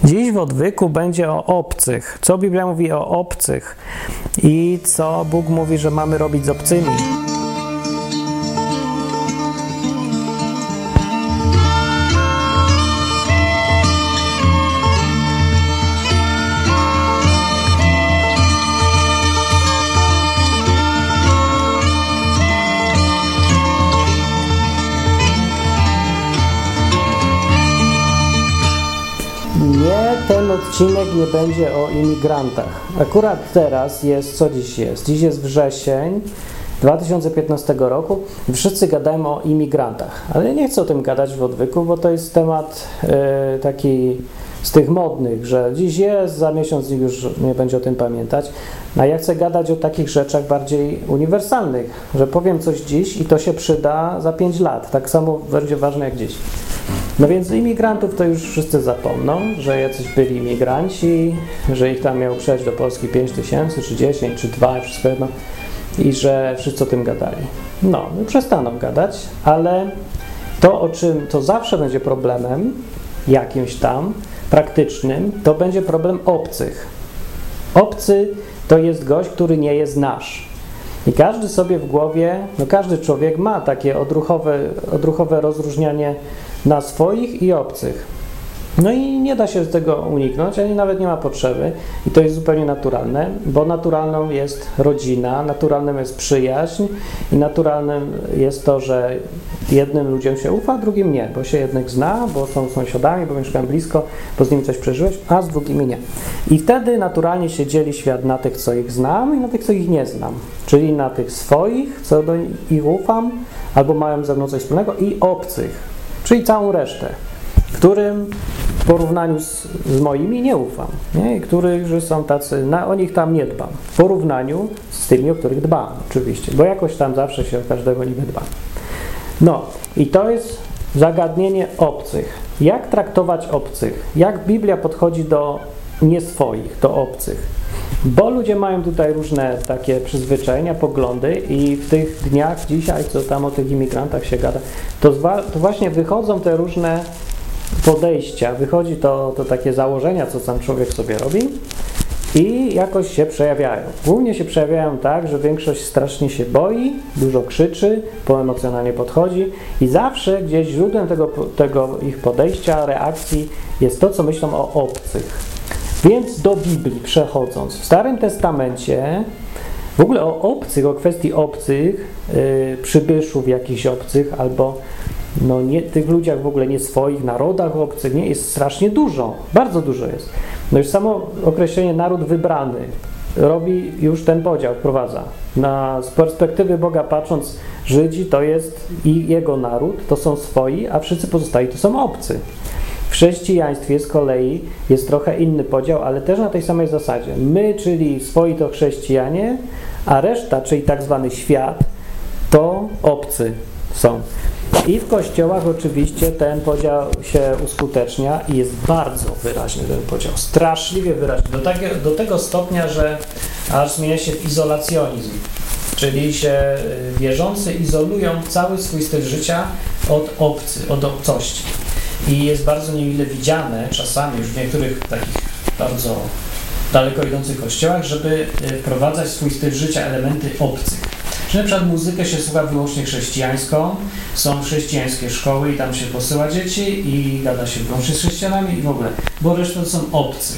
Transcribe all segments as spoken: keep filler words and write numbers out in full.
Dziś w odwyku będzie o obcych. Co Biblia mówi o obcych i co Bóg mówi, że mamy robić z obcymi. Nie, ten odcinek nie będzie o imigrantach. Akurat teraz jest, co dziś jest? Dziś jest wrzesień dwa tysiące piętnastego roku i wszyscy gadają o imigrantach. Ale ja nie chcę o tym gadać w odwyku, bo to jest temat yy, taki z tych modnych, że dziś jest, za miesiąc nikt już nie będzie o tym pamiętać. A ja chcę gadać o takich rzeczach bardziej uniwersalnych, że powiem coś dziś i to się przyda za pięć lat. Tak samo będzie ważne jak dziś. No więc imigrantów to już wszyscy zapomną, że jacyś byli imigranci, że ich tam miało przejść do Polski pięć tysięcy, czy dziesięć, czy dwa, wszystko jedno i że wszyscy o tym gadali. No, no przestaną gadać, ale to, o czym to zawsze będzie problemem jakimś tam praktycznym, to będzie problem obcych. Obcy to jest gość, który nie jest nasz. I każdy sobie w głowie, no każdy człowiek ma takie odruchowe, odruchowe rozróżnianie na swoich i obcych. No i nie da się z tego uniknąć, ani nawet nie ma potrzeby. I to jest zupełnie naturalne, bo naturalną jest rodzina, naturalnym jest przyjaźń i naturalnym jest to, że jednym ludziom się ufa, drugim nie, bo się jednych zna, bo są sąsiadami, bo mieszkają blisko, bo z nimi coś przeżyłeś, a z drugimi nie. I wtedy naturalnie się dzieli świat na tych, co ich znam i na tych, co ich nie znam. Czyli na tych swoich, co do ich ufam, albo mają ze mną coś wspólnego i obcych, czyli całą resztę, którym w porównaniu z, z moimi nie ufam, nie? I którzy są tacy, na, o nich tam nie dbam, w porównaniu z tymi, o których dbam oczywiście, bo jakoś tam zawsze się o każdego niby dba. No i to jest zagadnienie obcych. Jak traktować obcych? Jak Biblia podchodzi do nieswoich, do obcych? Bo ludzie mają tutaj różne takie przyzwyczajenia, poglądy i w tych dniach dzisiaj, co tam o tych imigrantach się gada, to, zwa, to właśnie wychodzą te różne podejścia, wychodzi to, to takie założenia, co sam człowiek sobie robi i jakoś się przejawiają. Głównie się przejawiają tak, że większość strasznie się boi, dużo krzyczy, poemocjonalnie podchodzi i zawsze gdzieś źródłem tego, tego ich podejścia, reakcji jest to, co myślą o obcych. Więc do Biblii przechodząc, w Starym Testamencie w ogóle o obcych, o kwestii obcych, yy, przybyszów jakichś obcych albo no nie, tych ludziach w ogóle nie swoich, narodach obcych, nie, jest strasznie dużo, bardzo dużo jest. No już samo określenie naród wybrany robi już ten podział, wprowadza. Na, z perspektywy Boga patrząc, Żydzi to jest i jego naród, to są swoi, a wszyscy pozostali to są obcy. W chrześcijaństwie z kolei jest trochę inny podział, ale też na tej samej zasadzie. My, czyli swoi to chrześcijanie, a reszta, czyli tak zwany świat, to obcy są. I w kościołach oczywiście ten podział się uskutecznia i jest bardzo wyraźny ten podział, straszliwie wyraźny, do, takie, do tego stopnia, że aż zmienia się w izolacjonizm, czyli się wierzący izolują cały swój styl życia od obcy, od obcości. I jest bardzo niemile widziane czasami już w niektórych takich bardzo daleko idących kościołach, żeby wprowadzać w swój styl życia elementy obcych. Że na przykład muzykę się słucha wyłącznie chrześcijańską, są chrześcijańskie szkoły i tam się posyła dzieci i gada się wyłącznie z chrześcijanami i w ogóle, bo reszta to są obcy.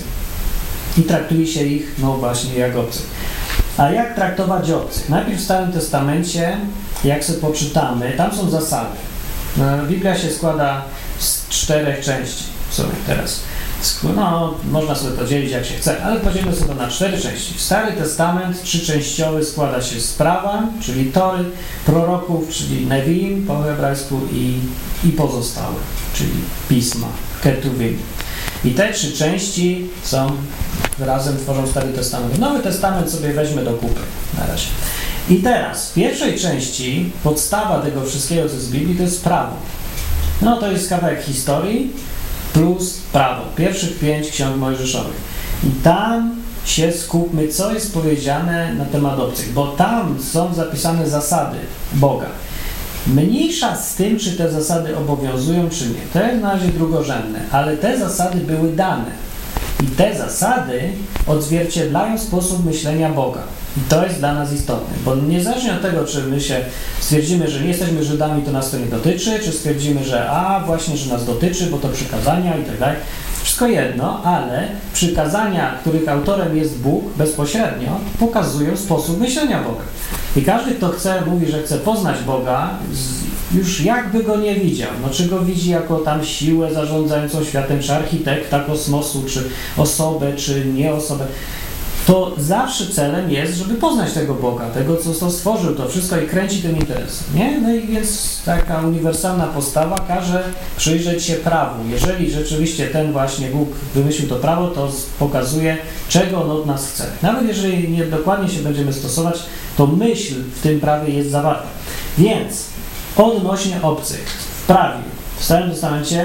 I traktuje się ich, no właśnie, jak obcych. A jak traktować obcych? Najpierw w Starym Testamencie, jak sobie poczytamy, tam są zasady. Biblia się składa z czterech części w sumie teraz. No, można sobie to dzielić jak się chce, ale podzielmy sobie to na cztery części. Stary Testament trzyczęściowy składa się z prawa, czyli Tory, proroków, czyli Neviim po hebrajsku i, i pozostałe, czyli pisma, Ketuvim. I te trzy części są, razem tworzą Stary Testament. Nowy Testament sobie weźmy do kupy na razie. I teraz w pierwszej części podstawa tego wszystkiego, co jest z Biblii, to jest prawo. No to jest kawałek historii plus prawo. Pierwszych pięć ksiąg mojżeszowych. I tam się skupmy, co jest powiedziane na temat obcych, bo tam są zapisane zasady Boga. Mniejsza z tym, czy te zasady obowiązują, czy nie. To jest na razie drugorzędne, ale te zasady były dane. I te zasady odzwierciedlają sposób myślenia Boga. I to jest dla nas istotne, bo niezależnie od tego, czy my się stwierdzimy, że nie jesteśmy Żydami, to nas to nie dotyczy, czy stwierdzimy, że a, właśnie, że nas dotyczy, bo to przykazania i tak dalej. Wszystko jedno, ale przykazania, których autorem jest Bóg bezpośrednio, pokazują sposób myślenia Boga. I każdy, kto chce, mówi, że chce poznać Boga, już jakby go nie widział. No, czy go widzi jako tam siłę zarządzającą światem, czy architekta kosmosu, czy osobę, czy nie osobę, to zawsze celem jest, żeby poznać tego Boga, tego, co, co stworzył to wszystko i kręci tym interesem, nie? No i więc taka uniwersalna postawa każe przyjrzeć się prawu. Jeżeli rzeczywiście ten właśnie Bóg wymyślił to prawo, to pokazuje, czego on od nas chce. Nawet jeżeli nie dokładnie się będziemy stosować, to myśl w tym prawie jest zawarta. Więc odnośnie obcych w prawie, w Starym Testamencie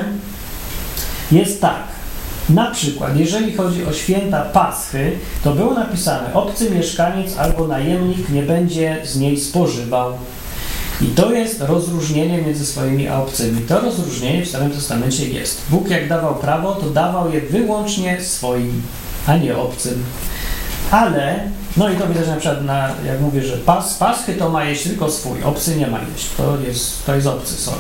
jest tak. Na przykład, jeżeli chodzi o święta Paschy, to było napisane, obcy mieszkaniec albo najemnik nie będzie z niej spożywał. I to jest rozróżnienie między swoimi a obcymi. To rozróżnienie w Starym Testamencie jest. Bóg jak dawał prawo, to dawał je wyłącznie swoim, a nie obcym. Ale, no i to widać na przykład, na, jak mówię, że pas, Paschy to ma jeść tylko swój, obcy nie ma jeść. To jest, to jest obcy, sorry.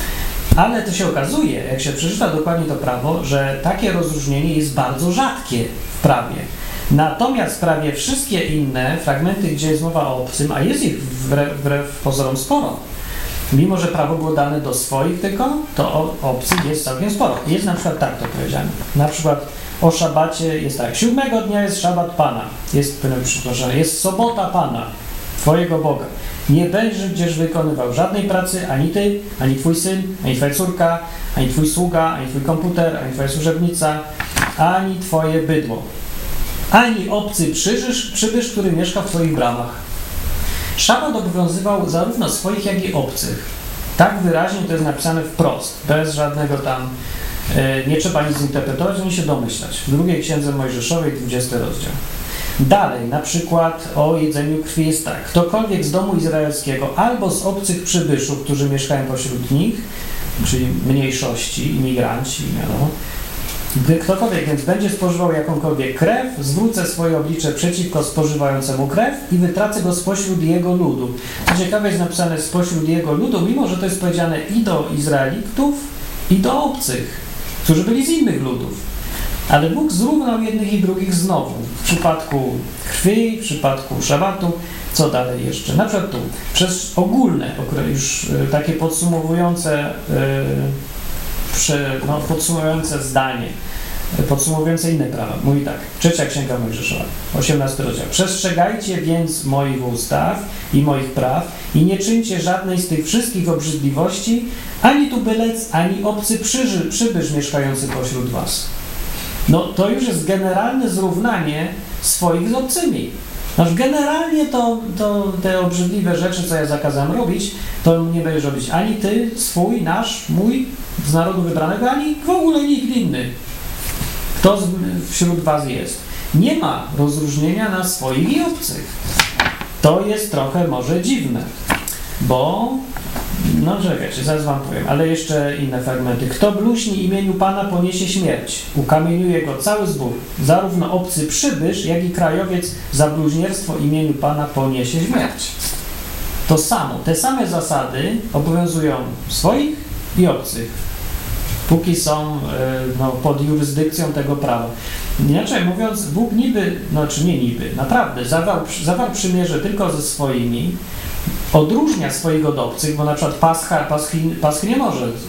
Ale to się okazuje, jak się przeczyta dokładnie to prawo, że takie rozróżnienie jest bardzo rzadkie w prawie. Natomiast prawie wszystkie inne fragmenty, gdzie jest mowa o obcym, a jest ich wbrew, wbrew pozorom sporo, mimo że prawo było dane do swoich tylko, to o obcych jest całkiem sporo. Jest na przykład tak to powiedziane. Na przykład o szabacie jest tak. Siódmego dnia jest szabat Pana. Jest, przepraszam, jest sobota Pana, Twojego Boga. Nie będziesz wykonywał żadnej pracy, ani ty, ani twój syn, ani twoja córka, ani twój sługa, ani twój komputer, ani twoja służebnica, ani twoje bydło. Ani obcy przybysz, przybysz, który mieszka w twoich bramach. Szabat obowiązywał zarówno swoich, jak i obcych. Tak wyraźnie to jest napisane wprost, bez żadnego tam, e, nie trzeba nic interpretować, ani się domyślać. W drugiej Księdze Mojżeszowej, dwudziesty rozdział. Dalej, na przykład o jedzeniu krwi jest tak. Ktokolwiek z domu izraelskiego albo z obcych przybyszów, którzy mieszkają pośród nich, czyli mniejszości, imigranci, wiadomo, gdy ktokolwiek więc będzie spożywał jakąkolwiek krew, zwrócę swoje oblicze przeciwko spożywającemu krew i wytracę go spośród jego ludu. Co ciekawe, jest napisane spośród jego ludu, mimo że to jest powiedziane i do Izraelitów, i do obcych, którzy byli z innych ludów. Ale Bóg zrównał jednych i drugich znowu. W przypadku krwi, w przypadku szabatu, co dalej jeszcze? Na przykład tu, przez ogólne, już takie podsumowujące, no, podsumowujące zdanie, podsumowujące inne prawa. Mówi tak, trzecia Księga Mojżeszowa, osiemnasty rozdział. Przestrzegajcie więc moich ustaw i moich praw i nie czyńcie żadnej z tych wszystkich obrzydliwości, ani tubylec, ani obcy przyży, przybysz mieszkający pośród was. No to już jest generalne zrównanie swoich z obcymi. Znaczy generalnie to, to te obrzydliwe rzeczy, co ja zakazałem robić, to nie będziesz robić ani ty, swój, nasz, mój, z narodu wybranego, ani w ogóle nikt inny. Kto z, wśród was jest. Nie ma rozróżnienia na swoich i obcych. To jest trochę może dziwne, bo no czekajcie, zaraz wam powiem, ale jeszcze inne fragmenty. Kto bluźni imieniu Pana, poniesie śmierć. Ukamieniuje go cały zbór. Zarówno obcy przybysz, jak i krajowiec za bluźnierstwo imieniu Pana poniesie śmierć. To samo, te same zasady obowiązują swoich i obcych, póki są no, pod jurysdykcją tego prawa. Inaczej mówiąc, Bóg niby, no czy nie niby, naprawdę zawarł, zawarł przymierze tylko ze swoimi, odróżnia swoich od obcych, bo na przykład pascha, paschy, paschy nie może y,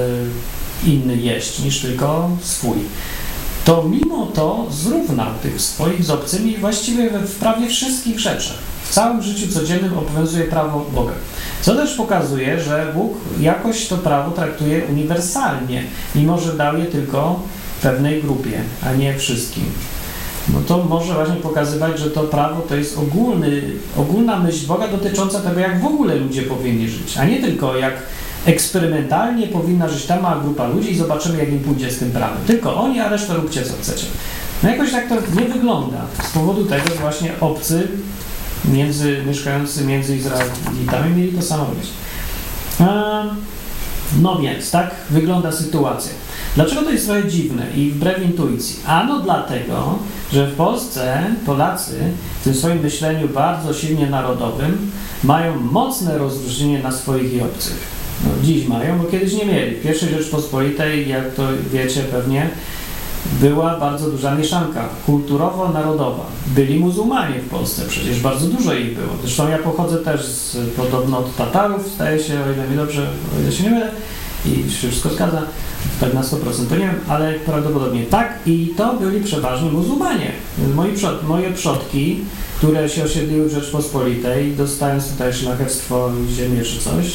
inny jeść niż tylko swój. To mimo to zrównał tych swoich z obcymi właściwie w prawie wszystkich rzeczach. W całym życiu codziennym obowiązuje prawo Boga. Co też pokazuje, że Bóg jakoś to prawo traktuje uniwersalnie, mimo że dał je tylko pewnej grupie, a nie wszystkim. No to może właśnie pokazywać, że to prawo to jest ogólny, ogólna myśl Boga dotycząca tego, jak w ogóle ludzie powinni żyć, a nie tylko jak eksperymentalnie powinna żyć ta mała grupa ludzi i zobaczymy, jak im pójdzie z tym prawem. Tylko oni, a resztę róbcie, co chcecie. No jakoś tak to nie wygląda. Z powodu tego, że właśnie obcy, między, mieszkający między Izraelitami mieli to samo robić. No więc, tak wygląda sytuacja. Dlaczego to jest trochę dziwne i wbrew intuicji? Ano dlatego, że w Polsce Polacy w tym swoim myśleniu bardzo silnie narodowym mają mocne rozróżnienie na swoich i obcych. No, dziś mają, bo kiedyś nie mieli. W pierwszej Rzeczpospolitej, jak to wiecie pewnie, była bardzo duża mieszanka kulturowo-narodowa. Byli muzułmanie w Polsce, przecież bardzo dużo ich było. Zresztą ja pochodzę też z, podobno od Tatarów, staje się, o ile mi dobrze, o ile się nie mylę, i wszystko zgadza, tak na sto procent to nie wiem, ale prawdopodobnie tak, i to byli przeważnie muzułmanie. Moi przod, moje przodki, które się osiedliły w Rzeczpospolitej, dostając tutaj szlachectwo, ziemię czy coś,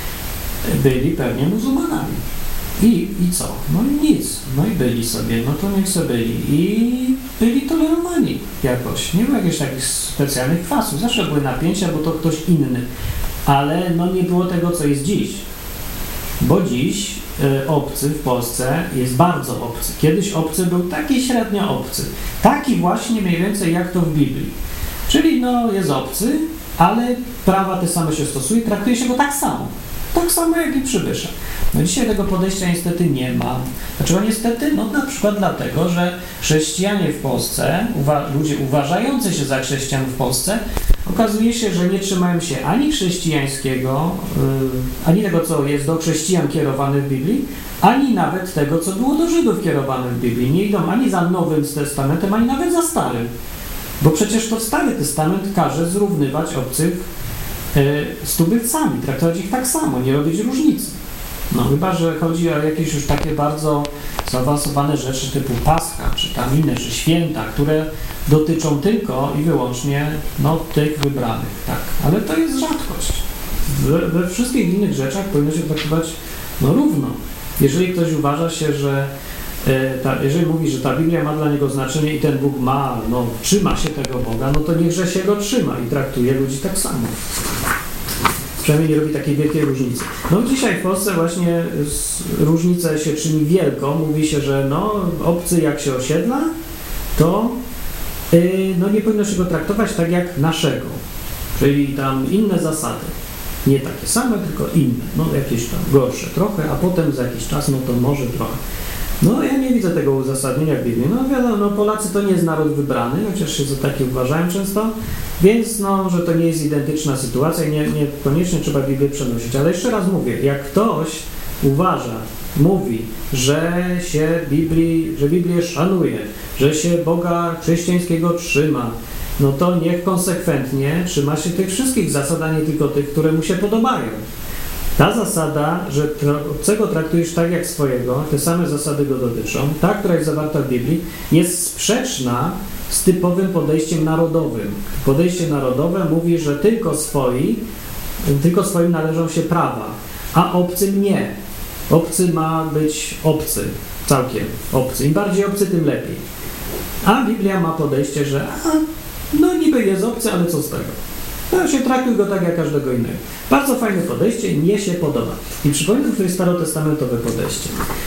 byli pewnie muzułmanami. I, I co? No i nic. No i byli sobie, no to niech sobie byli. I byli tolerowani jakoś. Nie było jakichś takich specjalnych kwasów. Zawsze były napięcia, bo to ktoś inny. Ale no nie było tego, co jest dziś. Bo dziś y, obcy w Polsce jest bardzo obcy. Kiedyś obcy był taki średnio obcy. Taki właśnie mniej więcej jak to w Biblii. Czyli no jest obcy, ale prawa te same się stosuje, traktuje się go tak samo. Tak samo jak i przybysza. No dzisiaj tego podejścia niestety nie ma. Dlaczego niestety? No na przykład dlatego, że chrześcijanie w Polsce, uwa- ludzie uważający się za chrześcijan w Polsce, okazuje się, że nie trzymają się ani chrześcijańskiego, yy, ani tego, co jest do chrześcijan kierowane w Biblii, ani nawet tego, co było do Żydów kierowane w Biblii. Nie idą ani za Nowym Testamentem, ani nawet za Starym. Bo przecież to Stary Testament każe zrównywać obcych yy, z tubylcami, traktować ich tak samo, nie robić różnicy. No chyba, że chodzi o jakieś już takie bardzo zaawansowane rzeczy typu Pascha, czy tam inne, czy święta, które dotyczą tylko i wyłącznie no, tych wybranych, tak. Ale to jest rzadkość. We, we wszystkich innych rzeczach powinno się traktować no, równo. Jeżeli ktoś uważa się, że e, ta, jeżeli mówi, że ta Biblia ma dla niego znaczenie i ten Bóg ma, no trzyma się tego Boga, no to niechże się go trzyma i traktuje ludzi tak samo. Przynajmniej nie robi takiej wielkiej różnicy. No dzisiaj w Polsce właśnie różnica się czyni wielką. Mówi się, że no obcy jak się osiedla, to yy, no nie powinno się go traktować tak jak naszego. Czyli tam inne zasady. Nie takie same, tylko inne. No jakieś tam gorsze trochę, a potem za jakiś czas, no to może trochę. No ja nie widzę tego uzasadnienia w Biblii. No wiadomo, no Polacy to nie jest naród wybrany, chociaż się za taki uważają często, więc no, że to nie jest identyczna sytuacja i nie, nie koniecznie trzeba Biblię przenosić. Ale jeszcze raz mówię, jak ktoś uważa, mówi, że się Biblii, że Biblię szanuje, że się Boga chrześcijańskiego trzyma, no to niech konsekwentnie trzyma się tych wszystkich zasad, a nie tylko tych, które mu się podobają. Ta zasada, że obcego traktujesz tak jak swojego, te same zasady go dotyczą, ta, która jest zawarta w Biblii, jest sprzeczna z typowym podejściem narodowym. Podejście narodowe mówi, że tylko swoi, tylko swoim należą się prawa, a obcym nie. Obcy ma być obcy, całkiem obcy. Im bardziej obcy, tym lepiej. A Biblia ma podejście, że a, no niby jest obcy, ale co z tego? No się traktuj go tak jak każdego innego. Bardzo fajne podejście, mnie się podoba. I przypominam, że to jest starotestamentowe podejście.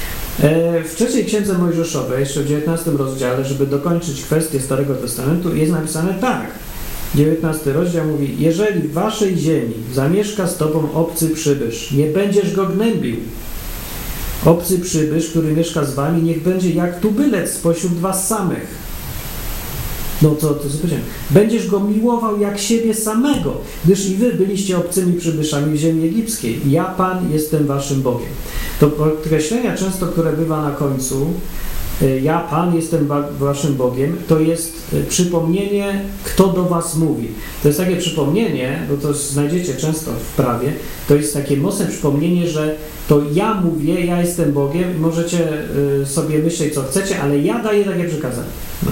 E, w trzeciej księdze Mojżeszowej, jeszcze w dziewiętnastym rozdziale, żeby dokończyć kwestię Starego Testamentu, jest napisane tak. dziewiętnasty rozdział mówi: jeżeli w waszej ziemi zamieszka z tobą obcy przybysz, nie będziesz go gnębił. Obcy przybysz, który mieszka z wami, niech będzie jak tubylec spośród was samych. No to, to co powiedziałem. Będziesz go miłował jak siebie samego, gdyż i wy byliście obcymi przybyszami w ziemi egipskiej. Ja, Pan, jestem waszym Bogiem. To podkreślenia często, które bywa na końcu, ja, Pan, jestem waszym Bogiem, to jest przypomnienie, kto do was mówi. To jest takie przypomnienie, bo to znajdziecie często w prawie, to jest takie mocne przypomnienie, że to ja mówię, ja jestem Bogiem i możecie sobie myśleć, co chcecie, ale ja daję takie przykazanie. No.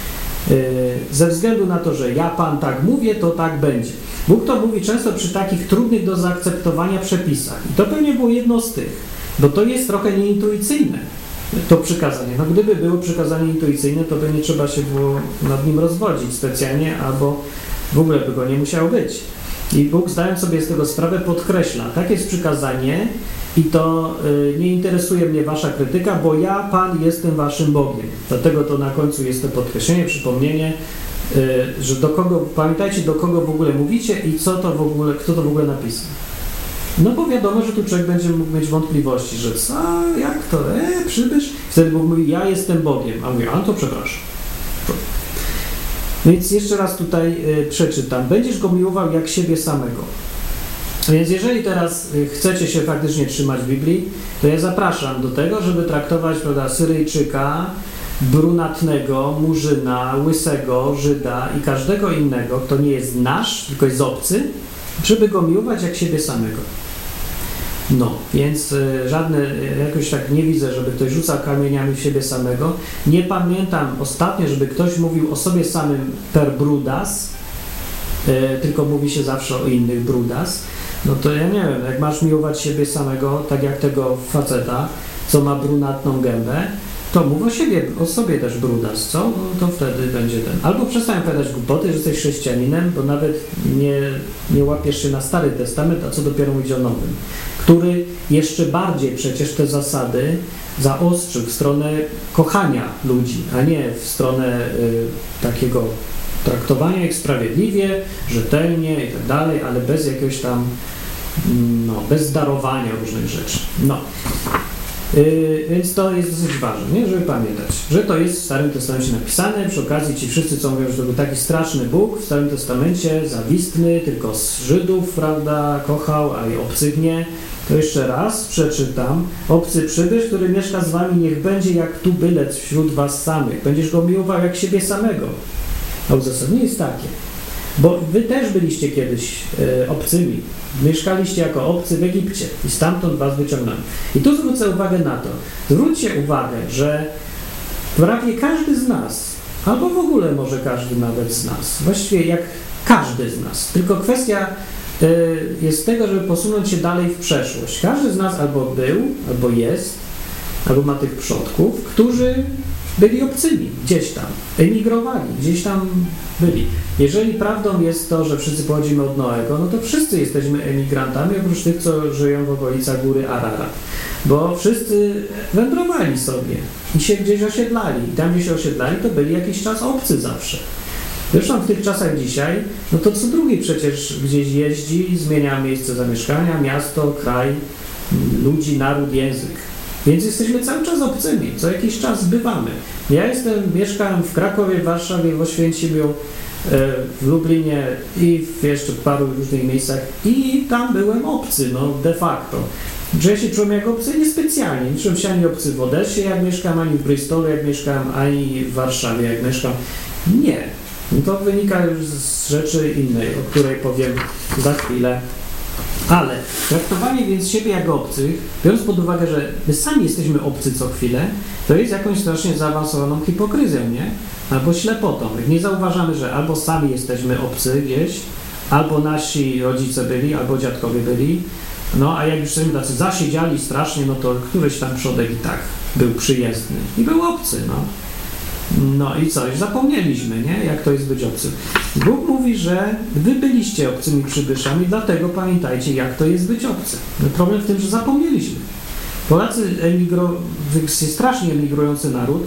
Ze względu na to, że ja, Pan, tak mówię, to tak będzie. Bóg to mówi często przy takich trudnych do zaakceptowania przepisach. I to pewnie było jedno z tych, bo to jest trochę nieintuicyjne, to przykazanie. No gdyby było przykazanie intuicyjne, to by nie trzeba się było nad nim rozwodzić specjalnie, albo w ogóle by go nie musiało być. I Bóg, zdając sobie z tego sprawę, podkreśla, takie jest przykazanie i to y, nie interesuje mnie wasza krytyka, bo ja, Pan, jestem waszym Bogiem. Dlatego to na końcu jest to podkreślenie, przypomnienie, y, że do kogo, pamiętajcie, do kogo w ogóle mówicie i co to w ogóle, kto to w ogóle napisał. No bo wiadomo, że tu człowiek będzie mógł mieć wątpliwości, że co, jak to, e, przybysz? Wtedy Bóg mówi, ja jestem Bogiem, a mówię, a to przepraszam. Więc jeszcze raz tutaj y, przeczytam. Będziesz go miłował jak siebie samego. Więc jeżeli teraz y, chcecie się faktycznie trzymać Biblii, to ja zapraszam do tego, żeby traktować, prawda, Syryjczyka, brunatnego, murzyna, łysego, Żyda i każdego innego, kto nie jest nasz, tylko jest obcy, żeby go miłować jak siebie samego. No, więc y, żadne, y, jakoś tak nie widzę, żeby ktoś rzucał kamieniami w siebie samego. Nie pamiętam ostatnio, żeby ktoś mówił o sobie samym per brudas, y, tylko mówi się zawsze o innych brudas. No to ja nie wiem, jak masz miłować siebie samego, tak jak tego faceta, co ma brunatną gębę, to mów o siebie, o sobie też brudas, co? No to wtedy będzie ten. Albo przestań opowiadać głupoty, że jesteś chrześcijaninem, bo nawet nie, nie łapiesz się na Stary Testament, a co dopiero mówić o Nowym, który jeszcze bardziej przecież te zasady zaostrzył w stronę kochania ludzi, a nie w stronę y, takiego traktowania ich sprawiedliwie, rzetelnie i tak dalej, ale bez jakiegoś tam, no, bez darowania różnych rzeczy. No. Yy, więc to jest dosyć ważne, nie? Żeby pamiętać, że to jest w Starym Testamencie napisane. Przy okazji ci wszyscy, co mówią, że to był taki straszny Bóg w Starym Testamencie, zawistny, tylko z Żydów, prawda, kochał, a i obcych nie, to jeszcze raz przeczytam. Obcy przybysz, który mieszka z wami, niech będzie jak tu bylec wśród was samych. Będziesz go miłował jak siebie samego. A uzasadnienie jest takie, bo wy też byliście kiedyś e, obcymi. Mieszkaliście jako obcy w Egipcie i stamtąd was wyciągnąłem. I tu zwrócę uwagę na to. Zwróćcie uwagę, że prawie każdy z nas, albo w ogóle może każdy nawet z nas, właściwie jak każdy z nas, tylko kwestia y, jest tego, żeby posunąć się dalej w przeszłość. Każdy z nas albo był, albo jest, albo ma tych przodków, którzy byli obcymi gdzieś tam, emigrowali, gdzieś tam byli. Jeżeli prawdą jest to, że wszyscy pochodzimy od Noego, no to wszyscy jesteśmy emigrantami, oprócz tych, co żyją w okolicach góry Ararat. Bo wszyscy wędrowali sobie i się gdzieś osiedlali. I tam, gdzie się osiedlali, to byli jakiś czas obcy zawsze. Zresztą w tych czasach dzisiaj, no to co drugi przecież gdzieś jeździ, zmienia miejsce zamieszkania, miasto, kraj, ludzi, naród, język. Więc jesteśmy cały czas obcymi, co jakiś czas bywamy. Ja jestem, mieszkałem w Krakowie, w Warszawie, w Oświęcimiu, w Lublinie i w jeszcze paru różnych miejscach i tam byłem obcy, no de facto. Że ja się czułem jak obcy? Niespecjalnie. Nie czułem się ani obcy w Odessie, jak mieszkam, ani w Bristolu, jak mieszkam, ani w Warszawie, jak mieszkam. Nie. To wynika już z rzeczy innej, o której powiem za chwilę. Ale traktowanie więc siebie jako obcych, biorąc pod uwagę, że my sami jesteśmy obcy co chwilę, to jest jakąś strasznie zaawansowaną hipokryzją, nie? Albo ślepotą. Jak nie zauważamy, że albo sami jesteśmy obcy gdzieś, albo nasi rodzice byli, albo dziadkowie byli, no a jak już jesteśmy tacy zasiedziali strasznie, no to któryś tam przodek i tak był przyjezdny i był obcy, no. No i co? Już zapomnieliśmy, nie? Jak to jest być obcym. Bóg mówi, że wy byliście obcymi przybyszami, dlatego pamiętajcie, jak to jest być obcym. No problem w tym, że zapomnieliśmy. Polacy emigro... jest strasznie emigrujący naród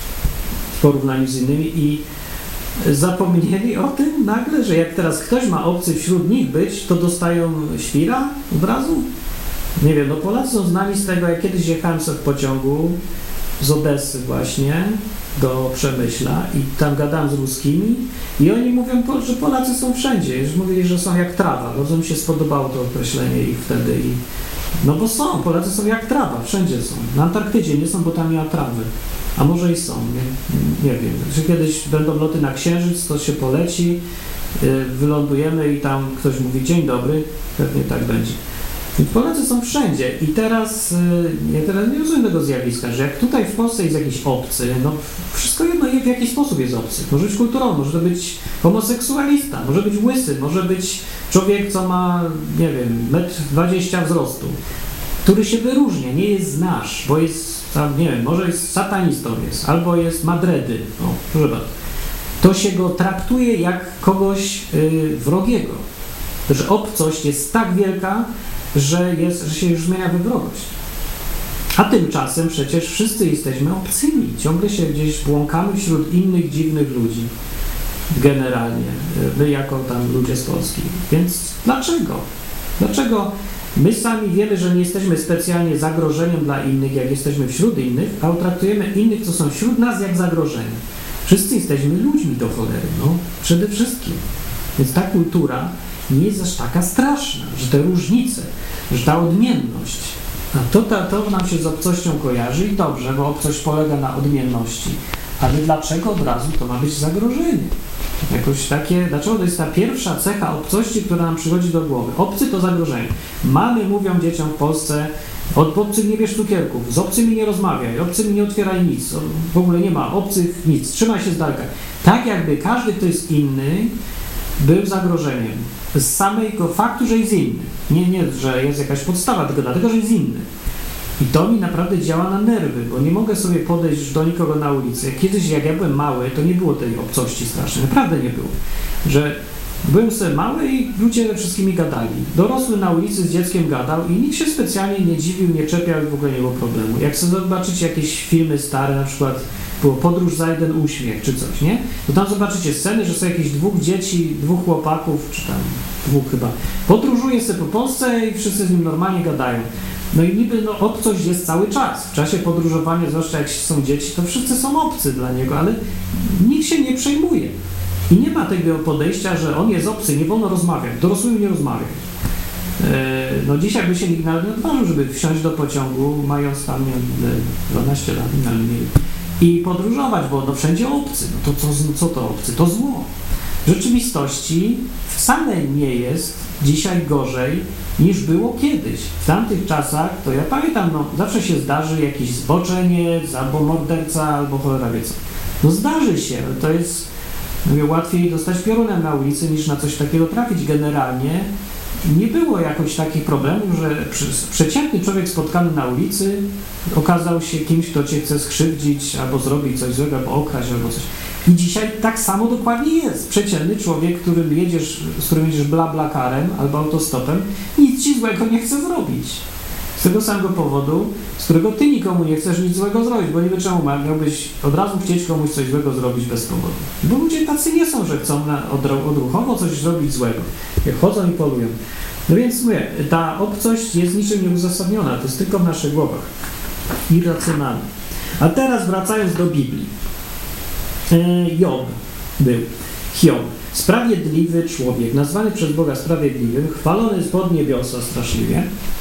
w porównaniu z innymi i zapomnieli o tym nagle, że jak teraz ktoś ma obcy wśród nich być, to dostają świra od razu? Nie wiem, no Polacy są znani z tego, jak kiedyś jechałem sobie w pociągu z Odessy właśnie do Przemyśla i tam gadałem z ruskimi i oni mówią, że Polacy są wszędzie. Już mówili, że są jak trawa. Bardzo mi się spodobało to określenie ich wtedy. I, no bo są, Polacy są jak trawa, wszędzie są. Na Antarktydzie nie są, bo tam nie ma trawy. A może i są, nie, nie wiem. Że kiedyś będą loty na Księżyc, to się poleci, yy, wylądujemy i tam ktoś mówi dzień dobry, pewnie tak będzie. Polacy są wszędzie i teraz, ja teraz nie rozumiem tego zjawiska, że jak tutaj w Polsce jest jakiś obcy, no wszystko jedno w jakiś sposób jest obcy. Może być kulturowy, może to być homoseksualista, może być łysy, może być człowiek, co ma, nie wiem, metr dwadzieścia wzrostu, który się wyróżnia, nie jest nasz, bo jest tam, nie wiem, może jest satanistą jest, albo jest madredy, no proszę bardzo. To się go traktuje jak kogoś yy, wrogiego. Że obcość jest tak wielka, że, jest, że się już zmienia we wrogość. A tymczasem przecież wszyscy jesteśmy obcymi. Ciągle się gdzieś błąkamy wśród innych dziwnych ludzi. Generalnie. My jako tam ludzie z Polski. Więc dlaczego? Dlaczego My sami wiemy, że nie jesteśmy specjalnie zagrożeniem dla innych, jak jesteśmy wśród innych, a traktujemy innych, co są wśród nas, jak zagrożenie. Wszyscy jesteśmy ludźmi do cholery, no, przede wszystkim. Więc ta kultura nie jest aż taka straszna, że te różnice, że ta odmienność, a to, to, to nam się z obcością kojarzy i dobrze, bo obcość polega na odmienności. Ale dlaczego od razu to ma być zagrożenie? Jakoś takie, dlaczego to jest ta pierwsza cecha obcości, która nam przychodzi do głowy? Obcy to zagrożenie. Mamy mówią dzieciom w Polsce, od obcych nie bierz cukierków, z obcymi nie rozmawiaj, obcymi nie otwieraj nic, w ogóle nie ma obcych nic, trzymaj się z daleka. Tak jakby każdy, kto jest inny, był zagrożeniem. Z samego faktu, że jest inny. Nie, nie, że jest jakaś podstawa, tylko dlatego, że jest inny. I to mi naprawdę działa na nerwy, bo nie mogę sobie podejść do nikogo na ulicy. Kiedyś, jak ja byłem mały, to nie było tej obcości strasznej. Naprawdę nie było. Że byłem sobie mały i ludzie ze wszystkimi gadali. Dorosły na ulicy z dzieckiem gadał i nikt się specjalnie nie dziwił, nie czepiał i w ogóle nie było problemu. Jak sobie zobaczycie jakieś filmy stare, na przykład było Podróż za jeden uśmiech, czy coś, nie? To tam zobaczycie sceny, że są jakieś dwóch dzieci, dwóch chłopaków, czy tam dwóch chyba, podróżuje sobie po Polsce i wszyscy z nim normalnie gadają. No i niby no, obcość jest cały czas. W czasie podróżowania, zwłaszcza jak są dzieci, to wszyscy są obcy dla niego, ale nikt się nie przejmuje. I nie ma tego podejścia, że on jest obcy, nie wolno rozmawiać, dorosłymi nie rozmawiać. E, no dzisiaj by się nikt nawet nie odważył, żeby wsiąść do pociągu, mając tam nie, dwanaście lat, ale nie, i podróżować, bo no wszędzie obcy. No to co, co to obcy? To zło. W rzeczywistości wcale nie jest dzisiaj gorzej niż było kiedyś. W tamtych czasach, to ja pamiętam, no zawsze się zdarzy jakiś zboczeniec, albo morderca, albo cholera wie co. No zdarzy się, to jest, mówię, łatwiej dostać piorunem na ulicy, niż na coś takiego trafić. Generalnie nie było jakoś takich problemów, że przeciętny człowiek spotkany na ulicy okazał się kimś, kto cię chce skrzywdzić, albo zrobić coś złego, albo okraść, albo coś. I dzisiaj tak samo dokładnie jest. Przeciętny człowiek, którym jedziesz, z którym jedziesz blablakarem albo autostopem, nic ci złego nie chce zrobić. Z tego samego powodu, z którego ty nikomu nie chcesz nic złego zrobić, bo niby czemu miałbyś od razu chcieć komuś coś złego zrobić bez powodu. Bo ludzie tacy nie są, że chcą na odruchowo coś zrobić złego. Jak chodzą i polują. No więc mówię, ta obcość jest niczym nieuzasadniona, to jest tylko w naszych głowach. Irracjonalna. A teraz wracając do Biblii. Job był. Hiob. Sprawiedliwy człowiek, nazwany przez Boga sprawiedliwym, chwalony spod niebiosa straszliwie.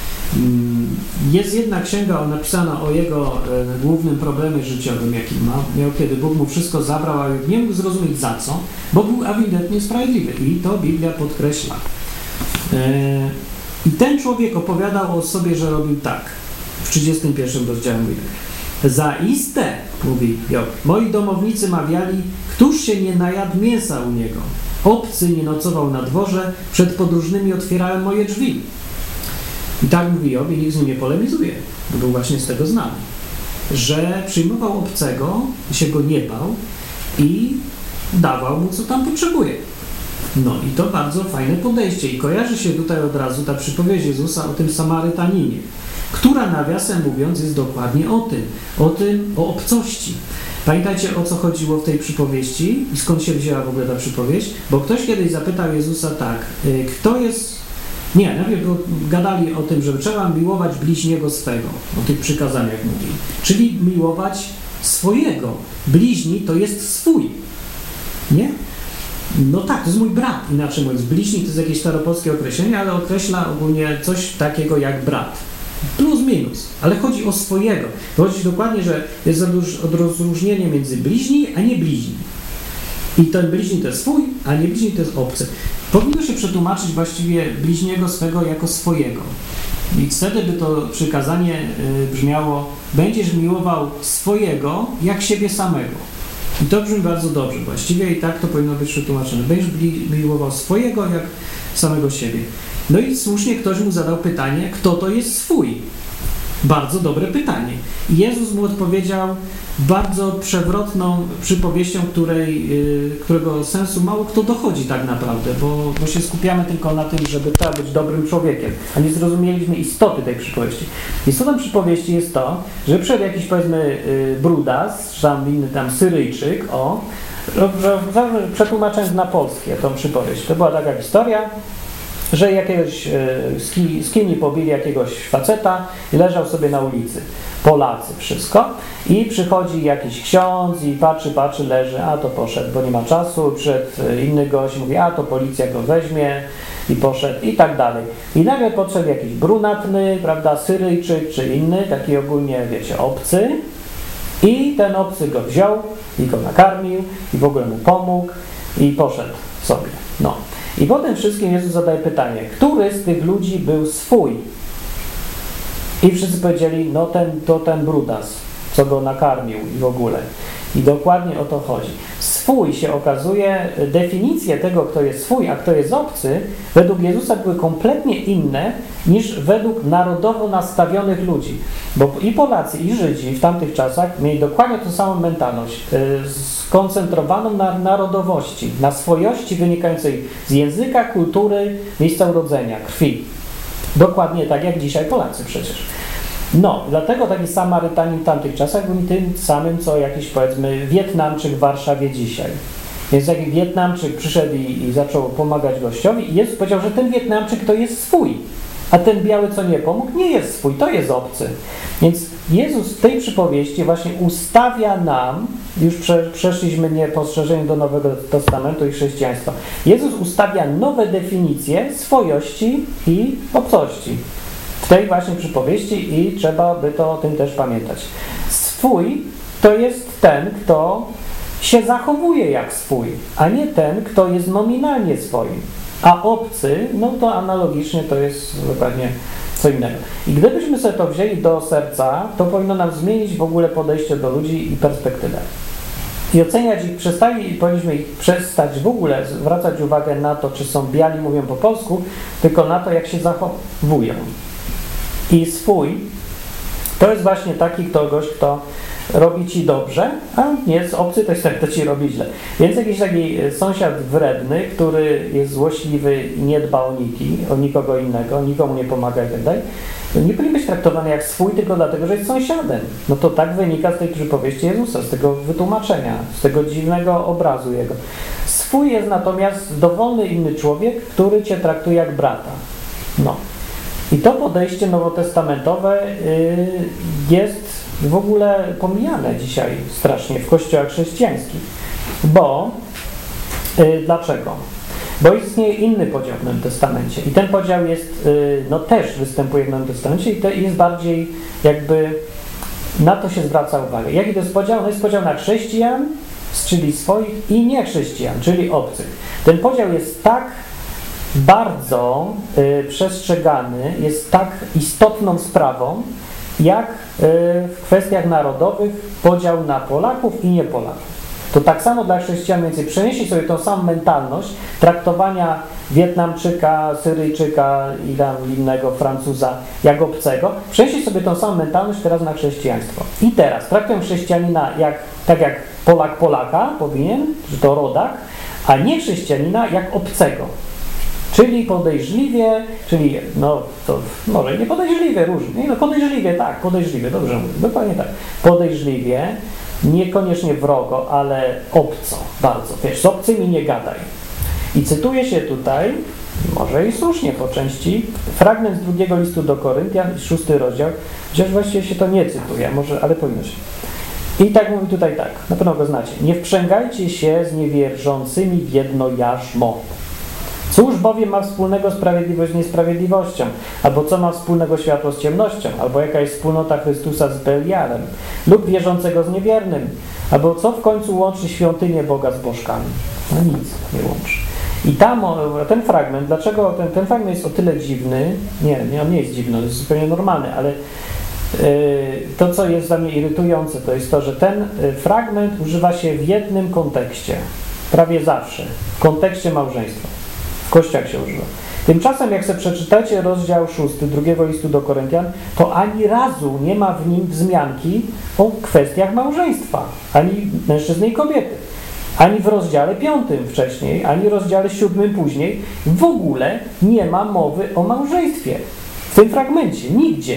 Jest jedna księga napisana o jego głównym problemie życiowym, jaki ma. Miał, kiedy Bóg mu wszystko zabrał, ale nie mógł zrozumieć za co, bo był ewidentnie sprawiedliwy. I to Biblia podkreśla. I ten człowiek opowiadał o sobie, że robił tak. W trzydziestym pierwszym rozdziale mówi tak. Zaiste, mówi Job, moi domownicy mawiali, któż się nie najadł mięsa u niego. Obcy nie nocował na dworze, przed podróżnymi otwierałem moje drzwi. I tak mówi Job i nikt z nim nie polemizuje, bo był właśnie z tego znany, że przyjmował obcego, się go nie bał i dawał mu, co tam potrzebuje. No i to bardzo fajne podejście i kojarzy się tutaj od razu ta przypowieść Jezusa o tym Samarytaninie, która nawiasem mówiąc jest dokładnie o tym, o tym, o obcości. Pamiętajcie, o co chodziło w tej przypowieści i skąd się wzięła w ogóle ta przypowieść? Bo ktoś kiedyś zapytał Jezusa tak, kto jest, nie, najpierw gadali o tym, że trzeba miłować bliźniego swego, o tych przykazaniach mówi, czyli miłować swojego. Bliźni to jest swój, nie? No tak, to jest mój brat, inaczej mówiąc. Bliźni to jest jakieś staropolskie określenie, ale określa ogólnie coś takiego jak brat. Plus, minus, ale chodzi o swojego. To chodzi dokładnie, że jest rozróżnienie między bliźni, a nie bliźni. I ten bliźni to jest swój, a nie bliźni to jest obcy. Powinno się przetłumaczyć właściwie bliźniego swego jako swojego. I wtedy by to przykazanie y, brzmiało, będziesz miłował swojego jak siebie samego. I to brzmi bardzo dobrze. Właściwie i tak to powinno być przetłumaczone. Będziesz miłował swojego jak samego siebie. No i słusznie ktoś mu zadał pytanie, kto to jest swój? Bardzo dobre pytanie. I Jezus mu odpowiedział bardzo przewrotną przypowieścią, której, yy, którego sensu mało kto dochodzi tak naprawdę, bo, bo się skupiamy tylko na tym, żeby trzeba być dobrym człowiekiem, a nie zrozumieliśmy istoty tej przypowieści. Istotą przypowieści jest to, że przed jakiś, powiedzmy, yy, brudas, czy tam inny tam Syryjczyk, o, przetłumaczając na polskie tą przypowieść. To była taka historia, że jakiegoś z kini pobili jakiegoś faceta i leżał sobie na ulicy. Polacy wszystko. I przychodzi jakiś ksiądz i patrzy, patrzy, leży, a to poszedł, bo nie ma czasu. Przyszedł inny gość, mówi, a to policja go weźmie i poszedł i tak dalej. I nagle podszedł jakiś brunatny, prawda, Syryjczyk czy inny, taki ogólnie, wiecie, obcy. I ten obcy go wziął i go nakarmił i w ogóle mu pomógł i poszedł sobie. No. I po tym wszystkim Jezus zadaje pytanie, który z tych ludzi był swój? I wszyscy powiedzieli, no ten, to ten brudas, co go nakarmił i w ogóle. I dokładnie o to chodzi. Swój się okazuje, definicje tego, kto jest swój, a kto jest obcy, według Jezusa były kompletnie inne niż według narodowo nastawionych ludzi. Bo i Polacy, i Żydzi w tamtych czasach mieli dokładnie tą samą mentalność, skoncentrowaną na narodowości, na swojości wynikającej z języka, kultury, miejsca urodzenia, krwi. Dokładnie tak jak dzisiaj Polacy przecież. No, dlatego taki Samarytanin w tamtych czasach był tym samym, co jakiś, powiedzmy, Wietnamczyk w Warszawie dzisiaj. Więc jak Wietnamczyk przyszedł i, i zaczął pomagać gościowi i Jezus powiedział, że ten Wietnamczyk to jest swój, a ten biały, co nie pomógł, nie jest swój, to jest obcy. Więc Jezus w tej przypowieści właśnie ustawia nam, już prze, przeszliśmy niepostrzeżenie do Nowego Testamentu i chrześcijaństwa, Jezus ustawia nowe definicje swojości i obcości. W tej właśnie przypowieści i trzeba by to o tym też pamiętać. Swój to jest ten, kto się zachowuje jak swój, a nie ten, kto jest nominalnie swoim. A obcy, no to analogicznie to jest dokładnie co innego. I gdybyśmy sobie to wzięli do serca, to powinno nam zmienić w ogóle podejście do ludzi i perspektywę. I oceniać ich, przestali, powinniśmy ich przestać w ogóle zwracać uwagę na to, czy są biali, mówią po polsku, tylko na to, jak się zachowują. I swój to jest właśnie taki ktoś, kto robi ci dobrze, a nie jest obcy, to jest ten, kto ci robi źle. Więc jakiś taki sąsiad wredny, który jest złośliwy i nie dba o niki, o nikogo innego, nikomu nie pomaga i tak dalej, nie powinien być traktowany jak swój tylko dlatego, że jest sąsiadem. No to tak wynika z tej przypowieści Jezusa, z tego wytłumaczenia, z tego dziwnego obrazu Jego. Swój jest natomiast dowolny inny człowiek, który cię traktuje jak brata. No. I to podejście nowotestamentowe yy, jest w ogóle pomijane dzisiaj strasznie w kościołach chrześcijańskich. Bo, yy, dlaczego? Bo istnieje inny podział w Nowym Testamencie. I ten podział jest, yy, no też występuje w Nowym Testamencie i to jest bardziej jakby, na to się zwraca uwagę. Jaki to jest podział? No jest podział na chrześcijan, czyli swoich, i niechrześcijan, czyli obcych. Ten podział jest tak bardzo y, przestrzegany, jest tak istotną sprawą, jak y, w kwestiach narodowych podział na Polaków i nie Polaków. To tak samo dla chrześcijan, więc przenieśli sobie tą samą mentalność traktowania Wietnamczyka, Syryjczyka i tam innego Francuza jak obcego, przenieśli sobie tą samą mentalność teraz na chrześcijaństwo. I teraz traktują chrześcijanina jak, tak jak Polak Polaka powinien, że to rodak, a nie chrześcijanina jak obcego. Czyli podejrzliwie, czyli no to może nie podejrzliwie, różnie, no podejrzliwie, tak, podejrzliwie, dobrze mówię, dokładnie tak. Podejrzliwie, niekoniecznie wrogo, ale obco, bardzo, wiesz, z obcymi nie gadaj. I cytuje się tutaj, może i słusznie po części, fragment z drugiego listu do Koryntian, szósty rozdział, chociaż właściwie się to nie cytuje, może, ale powinno się. I tak mówi tutaj tak, na pewno go znacie. Nie wprzęgajcie się z niewierzącymi w jedno jarzmo. Cóż bowiem ma wspólnego sprawiedliwość z niesprawiedliwością? Albo co ma wspólnego światło z ciemnością? Albo jaka jest wspólnota Chrystusa z Belialem? Lub wierzącego z niewiernym? Albo co w końcu łączy świątynię Boga z bożkami? No nic nie łączy. I tam ten fragment, dlaczego ten, ten fragment jest o tyle dziwny? Nie, nie, on nie jest dziwny, on jest zupełnie normalny, ale yy, to, co jest dla mnie irytujące, to jest to, że ten fragment używa się w jednym kontekście. Prawie zawsze. W kontekście małżeństwa. W kościach się używa. Tymczasem, jak sobie przeczytacie rozdział szósty drugiego listu do Koryntian, to ani razu nie ma w nim wzmianki o kwestiach małżeństwa, ani mężczyzny i kobiety. Ani w rozdziale piątym wcześniej, ani w rozdziale siódmym później w ogóle nie ma mowy o małżeństwie. W tym fragmencie, nigdzie.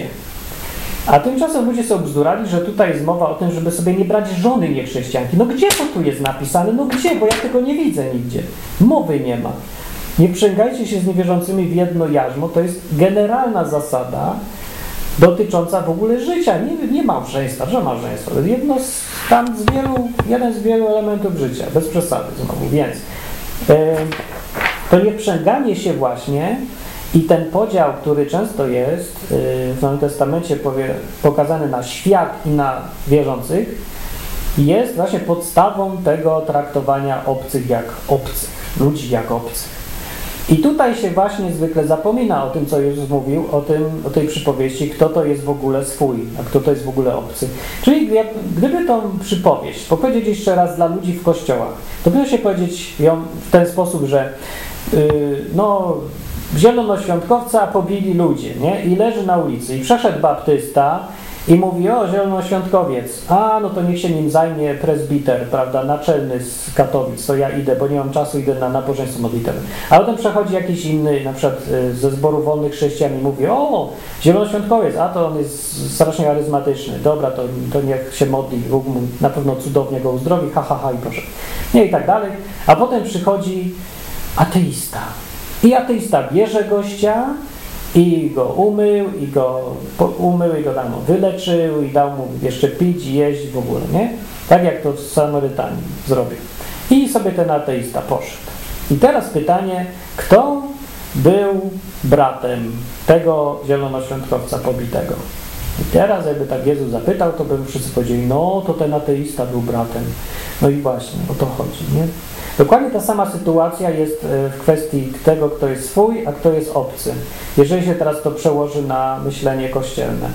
A tymczasem ludzie sobie bzdurali, że tutaj jest mowa o tym, żeby sobie nie brać żony niechrześcijanki. No gdzie to tu jest napisane? No gdzie? Bo ja tego nie widzę nigdzie. Mowy nie ma. Nie wprzęgajcie się z niewierzącymi w jedno jarzmo, to jest generalna zasada dotycząca w ogóle życia, nie, nie małżeństwa, że małżeństwo. To jest jedno z, tam z wielu, jeden z wielu elementów życia, bez przesady znowu, więc yy, to niewprzęganie się właśnie i ten podział, który często jest yy, w Nowym Testamencie powie, pokazany na świat i na wierzących, jest właśnie podstawą tego traktowania obcych jak obcych, ludzi jak obcych. I tutaj się właśnie zwykle zapomina o tym, co Jezus mówił, o, tym, o tej przypowieści, kto to jest w ogóle swój, a kto to jest w ogóle obcy. Czyli jak, gdyby tą przypowieść powiedzieć jeszcze raz dla ludzi w kościołach, to powinno się powiedzieć ją w ten sposób, że yy, no, zielonoświątkowca pobili ludzie, nie? I leży na ulicy. I przeszedł baptysta i mówi, o, zielonoświątkowiec, a no to niech się nim zajmie prezbiter, prawda, naczelny z Katowic, to ja idę, bo nie mam czasu, idę na nabożeństwo modlitewne. A potem przechodzi jakiś inny, na przykład ze zboru wolnych chrześcijan i mówi, o, zielonoświątkowiec, a to on jest strasznie charyzmatyczny, dobra, to, to niech się modli, Bóg mu na pewno cudownie go uzdrowi, ha, ha, ha i poszedł. Nie, i tak dalej. A potem przychodzi ateista. I ateista bierze gościa, i go umył, i go umył, i go tam wyleczył, i dał mu jeszcze pić i jeść w ogóle, nie? Tak jak to Samarytanin zrobił. I sobie ten ateista poszedł. I teraz pytanie, kto był bratem tego zielonoświątkowca pobitego? I teraz jakby tak Jezus zapytał, to by wszyscy powiedzieli, no to ten ateista był bratem. No i właśnie, o to chodzi, nie? Dokładnie ta sama sytuacja jest w kwestii tego, kto jest swój, a kto jest obcy. Jeżeli się teraz to przełoży na myślenie kościelne.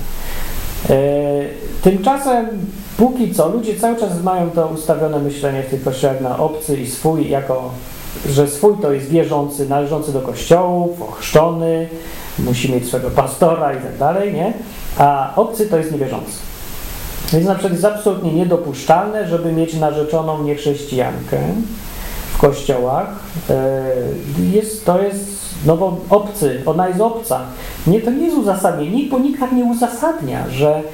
Tymczasem, póki co, ludzie cały czas mają to ustawione myślenie w tych kościołach na obcy i swój, jako, że swój to jest wierzący, należący do kościołów, ochrzczony, musi mieć swego pastora i tak dalej, nie? A obcy to jest niewierzący. Więc na przykład jest absolutnie niedopuszczalne, żeby mieć narzeczoną niechrześcijankę w kościołach. Jest, to jest, no bo obcy, ona jest obca. Nie, to nie jest uzasadnienie, nikt, bo nikt tak nie uzasadnia, że,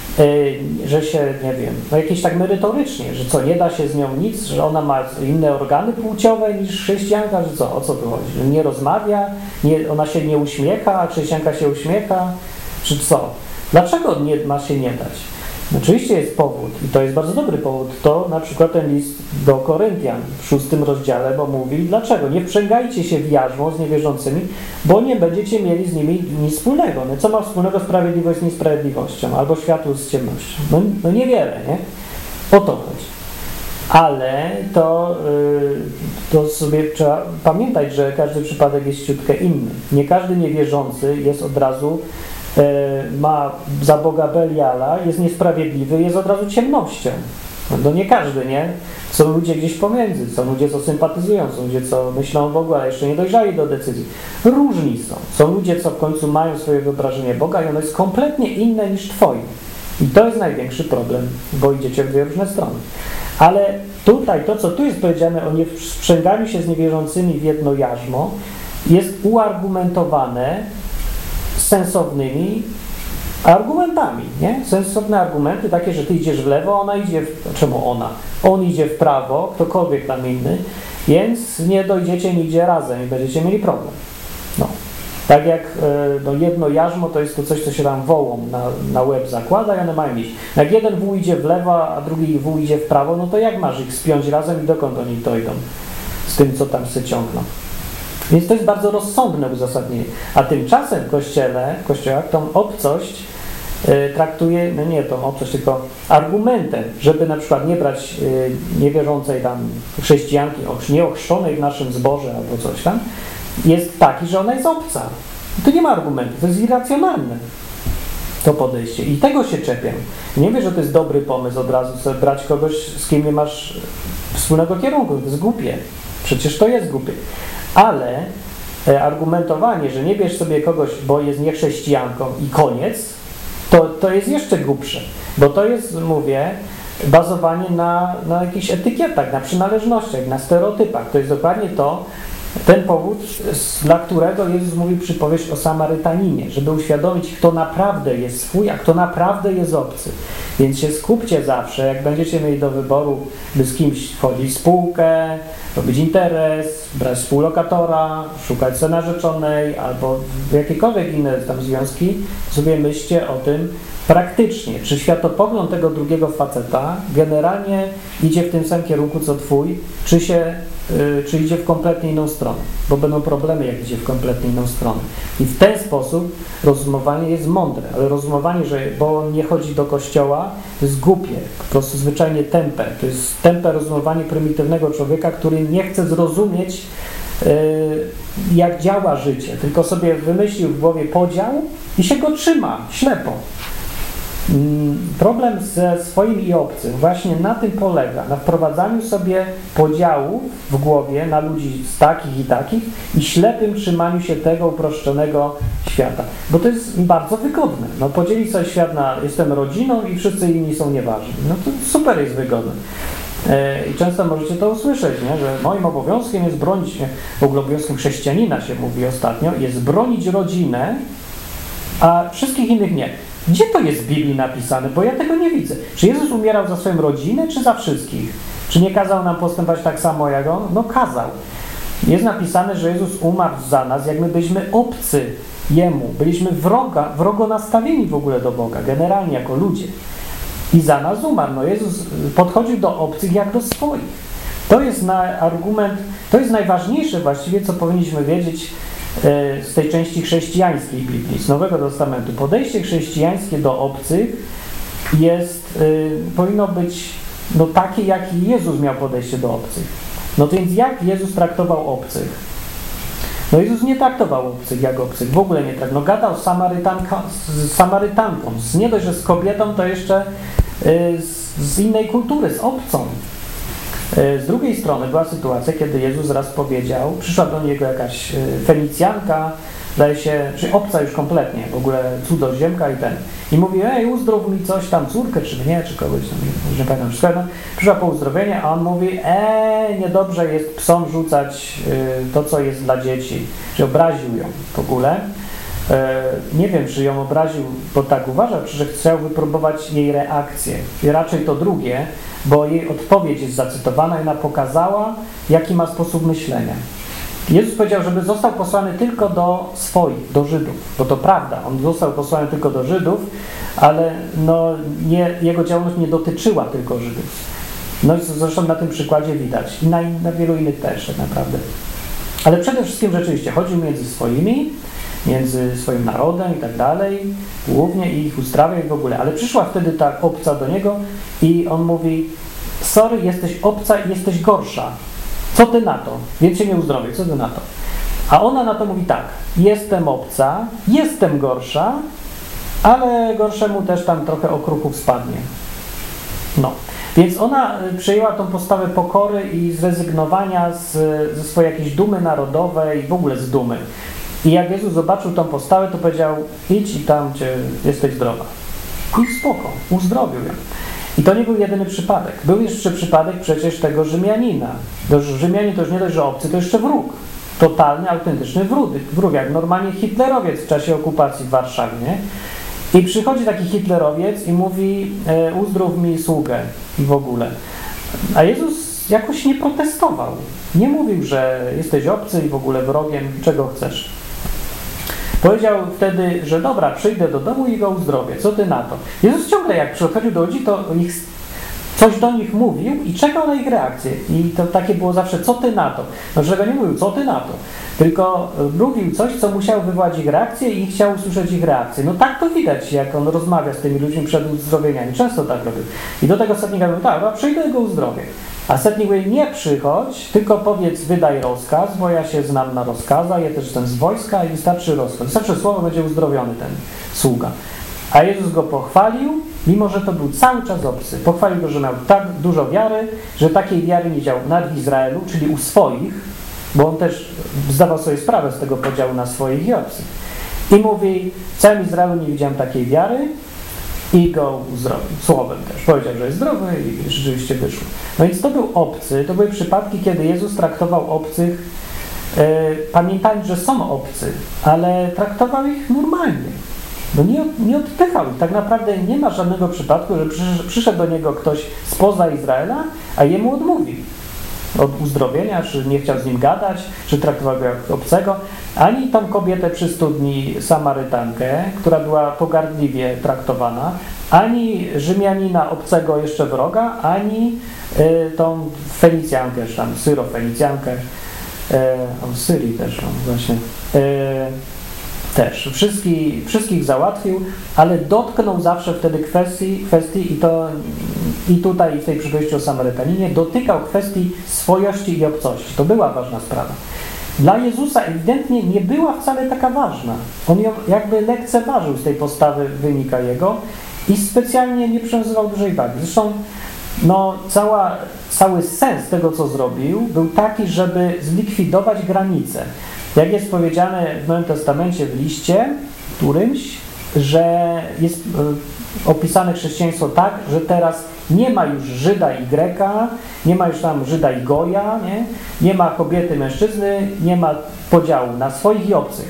że się, nie wiem, no jakieś tak merytorycznie, że co, nie da się z nią nic, że ona ma inne organy płciowe niż chrześcijanka, że co, o co tu chodzi? Że nie rozmawia, nie, ona się nie uśmiecha, a chrześcijanka się uśmiecha, czy co? Dlaczego nie ma się nie dać? Oczywiście jest powód i to jest bardzo dobry powód. To na przykład ten list do Koryntian w szóstym rozdziale, bo mówi, dlaczego? Nie wprzęgajcie się w jarzmo z niewierzącymi, bo nie będziecie mieli z nimi nic wspólnego. No, co ma wspólnego sprawiedliwość z niesprawiedliwością albo światło z ciemnością? No, no niewiele, nie? O to chodzi. Ale to, yy, to sobie trzeba pamiętać, że każdy przypadek jest ciutkę inny. Nie każdy niewierzący jest od razu ma za Boga Beliala, jest niesprawiedliwy, jest od razu ciemnością. No nie każdy, nie? Są ludzie gdzieś pomiędzy, są ludzie, co sympatyzują, są ludzie, co myślą o Bogu, ale jeszcze nie dojrzali do decyzji. Różni są. Są ludzie, co w końcu mają swoje wyobrażenie Boga i ono jest kompletnie inne niż twoje. I to jest największy problem, bo idziecie w dwie różne strony. Ale tutaj, to co tu jest powiedziane o niewsprzęganiu się z niewierzącymi w jedno jarzmo, jest uargumentowane sensownymi argumentami, nie? Sensowne argumenty takie, że ty idziesz w lewo, ona idzie w... Czemu ona? On idzie w prawo, ktokolwiek tam inny, więc nie dojdziecie nigdzie razem i będziecie mieli problem. No. Tak jak no, jedno jarzmo to jest to coś, co się tam wołom na, na łeb zakłada i one mają iść. Jak jeden wół idzie w lewo, a drugi wół idzie w prawo, no to jak masz ich spiąć razem i dokąd oni dojdą z tym, co tam się ciągną? Więc to jest bardzo rozsądne uzasadnienie. A tymczasem w Kościele, w Kościołach tą obcość y, traktuje, no nie tą obcość, tylko argumentem, żeby na przykład nie brać y, niewierzącej tam chrześcijanki, nieochrzczonej w naszym zborze albo coś tam, jest taki, że ona jest obca. Tu nie ma argumentu, to jest irracjonalne to podejście. I tego się czepiam. Nie wiem, że to jest dobry pomysł od razu sobie brać kogoś, z kim nie masz wspólnego kierunku. To jest głupie. Przecież to jest głupie. Ale argumentowanie, że nie bierz sobie kogoś, bo jest niechrześcijanką i koniec, to, to jest jeszcze głupsze. Bo to jest, mówię, bazowanie na, na jakichś etykietach, na przynależnościach, na stereotypach. To jest dokładnie to, Ten powód, dla którego Jezus mówił przypowieść o Samarytaninie, żeby uświadomić, kto naprawdę jest swój, a kto naprawdę jest obcy. Więc się skupcie zawsze, jak będziecie mieli do wyboru, by z kimś wchodzić w spółkę, robić interes, brać współlokatora, szukać sobie narzeczonej albo jakiekolwiek inne tam związki, sobie myślcie o tym praktycznie. Czy światopogląd tego drugiego faceta generalnie idzie w tym samym kierunku co twój, czy się czy idzie w kompletnie inną stronę, bo będą problemy, jak idzie w kompletnie inną stronę. I w ten sposób rozumowanie jest mądre, ale rozumowanie, że bo on nie chodzi do kościoła, to jest głupie, po prostu zwyczajnie tępe. To jest tępe rozumowanie prymitywnego człowieka, który nie chce zrozumieć, yy, jak działa życie, tylko sobie wymyślił w głowie podział i się go trzyma, ślepo. Problem ze swoim i obcym właśnie na tym polega, na wprowadzaniu sobie podziału w głowie na ludzi z takich i takich i ślepym trzymaniu się tego uproszczonego świata. Bo to jest bardzo wygodne. No, podzielić sobie świat na jestem rodziną i wszyscy inni są nieważni. No to super jest wygodne. I często możecie to usłyszeć, nie? Że moim obowiązkiem jest bronić, w ogóle obowiązkiem chrześcijanina się mówi ostatnio, jest bronić rodzinę, a wszystkich innych nie. Gdzie to jest w Biblii napisane? Bo ja tego nie widzę. Czy Jezus umierał za swoją rodzinę, czy za wszystkich? Czy nie kazał nam postępować tak samo jak On? No kazał. Jest napisane, że Jezus umarł za nas, jak my byliśmy obcy Jemu. Byliśmy wroga, wrogo nastawieni w ogóle do Boga, generalnie jako ludzie. I za nas umarł. No Jezus podchodził do obcych jak do swoich. To jest na argument, to jest najważniejsze właściwie, co powinniśmy wiedzieć z tej części chrześcijańskiej Biblii, z Nowego Testamentu. Podejście chrześcijańskie do obcych jest, y, powinno być no, takie, jak Jezus miał podejście do obcych. No to więc jak Jezus traktował obcych? No Jezus nie traktował obcych jak obcych, w ogóle nie tak. No gadał z, Samarytanka, z Samarytanką, z, nie dość, że z kobietą, to jeszcze y, z, z innej kultury, z obcą. Z drugiej strony była sytuacja, kiedy Jezus raz powiedział, przyszła do niego jakaś Fenicjanka, zdaje się, czy obca już kompletnie, w ogóle cudzoziemka i ten. I mówi, ej, uzdrów mi coś tam, córkę, czy mnie, czy kogoś tam, nie pamiętam wszystkiego. Przyszła po uzdrowienie, a on mówi, ej, niedobrze jest psom rzucać y, to, co jest dla dzieci. Czy obraził ją w ogóle. Y, nie wiem, czy ją obraził, bo tak uważał, czy że chciał wypróbować jej reakcję. I raczej to drugie, bo jej odpowiedź jest zacytowana i ona pokazała, jaki ma sposób myślenia. Jezus powiedział, żeby został posłany tylko do swoich, do Żydów, bo to prawda, on został posłany tylko do Żydów, ale no, nie, jego działalność nie dotyczyła tylko Żydów. No i zresztą na tym przykładzie widać i na, na wielu innych też tak naprawdę. Ale przede wszystkim rzeczywiście chodził między swoimi, między swoim narodem i tak dalej, głównie i ich uzdrawiał i w ogóle. Ale przyszła wtedy ta obca do niego i on mówi, sorry, jesteś obca i jesteś gorsza. Co ty na to? Więc się nie uzdrowię, co ty na to? A ona na to mówi tak, jestem obca, jestem gorsza, ale gorszemu też tam trochę okruchów spadnie. No. Więc ona przyjęła tą postawę pokory i zrezygnowania z, ze swojej jakiejś dumy narodowej, w ogóle z dumy. I jak Jezus zobaczył tą postawę, to powiedział, idź i tam cię, jesteś zdrowa. I spoko, uzdrowił ją. I to nie był jedyny przypadek. Był jeszcze przypadek przecież tego Rzymianina. Rzymianin to już nie dość, że obcy, to jeszcze wróg. Totalny, autentyczny wróg, wróg, jak normalnie hitlerowiec w czasie okupacji w Warszawie. Nie? I przychodzi taki hitlerowiec i mówi, e, uzdrów mi sługę i w ogóle. A Jezus jakoś nie protestował. Nie mówił, że jesteś obcy i w ogóle wrogiem, czego chcesz. Powiedział wtedy, że dobra, przyjdę do domu i go uzdrowię. Co ty na to? Jezus ciągle jak przychodził do ludzi, to ich, coś do nich mówił i czekał na ich reakcję. I to takie było zawsze, co ty na to? No, że go nie mówił, co ty na to? Tylko mówił coś, co musiał wywołać ich reakcję i chciał usłyszeć ich reakcję. No tak to widać, jak on rozmawia z tymi ludźmi przed uzdrowieniami. Często tak robił. I do tego setnika mówił, tak, no, przyjdę i go uzdrowię. A setnik mówi, nie przychodź, tylko powiedz, wydaj rozkaz, bo ja się znam na rozkazach, ja też jestem z wojska i wystarczy rozkaz. Wystarczy słowo, będzie uzdrowiony ten sługa. A Jezus go pochwalił, mimo że to był cały czas obcy. Pochwalił go, że miał tak dużo wiary, że takiej wiary nie działał nad w Izraelu, czyli u swoich, bo on też zdawał sobie sprawę z tego podziału na swoich i obcych. I mówi, w całym Izraelu nie widziałem takiej wiary, i go uzdrowił. Słowem też. Powiedział, że jest zdrowy i rzeczywiście wyszło. No więc to był obcy. To były przypadki, kiedy Jezus traktował obcych pamiętając, że są obcy, ale traktował ich normalnie. Bo nie, nie odpychał ich. Tak naprawdę nie ma żadnego przypadku, że przyszedł do niego ktoś spoza Izraela, a jemu odmówił od uzdrowienia, czy nie chciał z nim gadać, czy traktował go jak obcego. Ani tą kobietę przy studni Samarytankę, która była pogardliwie traktowana, ani Rzymianina obcego jeszcze wroga, ani y, tą Fenicjankę, czy tam Syrofenicjankę, y, o Syrii też, no, właśnie, y, też. Wszystkich, wszystkich załatwił, ale dotknął zawsze wtedy kwestii, kwestii i to i tutaj w tej przypowieści o Samarytaninie dotykał kwestii swojości i obcości. To była ważna sprawa. Dla Jezusa ewidentnie nie była wcale taka ważna. On ją jakby lekceważył, z tej postawy wynika jego i specjalnie nie przywiązywał dużej wagi. Zresztą no, cała, cały sens tego, co zrobił, był taki, żeby zlikwidować granice. Jak jest powiedziane w Nowym Testamencie w liście którymś, że jest y, opisane chrześcijaństwo tak, że teraz nie ma już Żyda i Greka, nie ma już tam Żyda i Goja, nie, nie ma kobiety, mężczyzny, nie ma podziału na swoich i obcych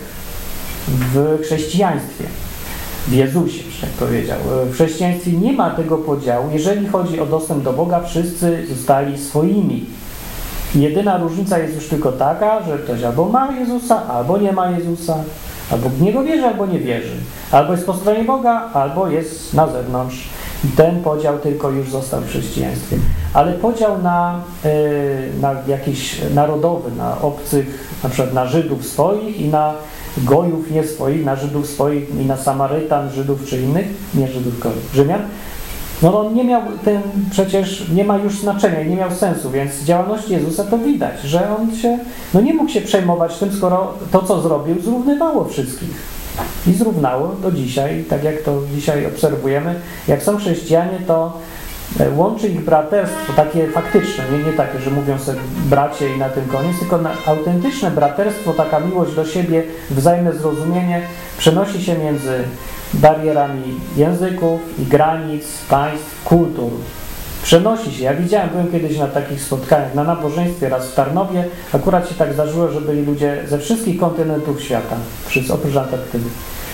w chrześcijaństwie, w Jezusie, tak powiedział. W chrześcijaństwie nie ma tego podziału. Jeżeli chodzi o dostęp do Boga, wszyscy zostali swoimi. Jedyna różnica jest już tylko taka, że ktoś albo ma Jezusa, albo nie ma Jezusa, albo w Niego wierzy, albo nie wierzy. Albo jest po stronie Boga, albo jest na zewnątrz. I ten podział tylko już został w chrześcijaństwie. Ale podział na, yy, na jakiś narodowy, na obcych, na przykład na Żydów swoich i na Gojów nie swoich, na Żydów swoich i na Samarytan, Żydów czy innych, nie Żydów, tylko Rzymian, no on nie miał ten, przecież nie ma już znaczenia i nie miał sensu, więc z działalności Jezusa to widać, że on się, no nie mógł się przejmować tym, skoro to, co zrobił, zrównywało wszystkich. I zrównało do dzisiaj, tak jak to dzisiaj obserwujemy. Jak są chrześcijanie, to łączy ich braterstwo, takie faktyczne, nie, nie takie, że mówią sobie bracie i na tym koniec, tylko na autentyczne braterstwo, taka miłość do siebie, wzajemne zrozumienie przenosi się między barierami języków i granic, państw, kultur. Przenosi się. Ja widziałem, byłem kiedyś na takich spotkaniach, na nabożeństwie raz w Tarnowie, akurat się tak zdarzyło, że byli ludzie ze wszystkich kontynentów świata, wszyscy oprócz Antarktydy.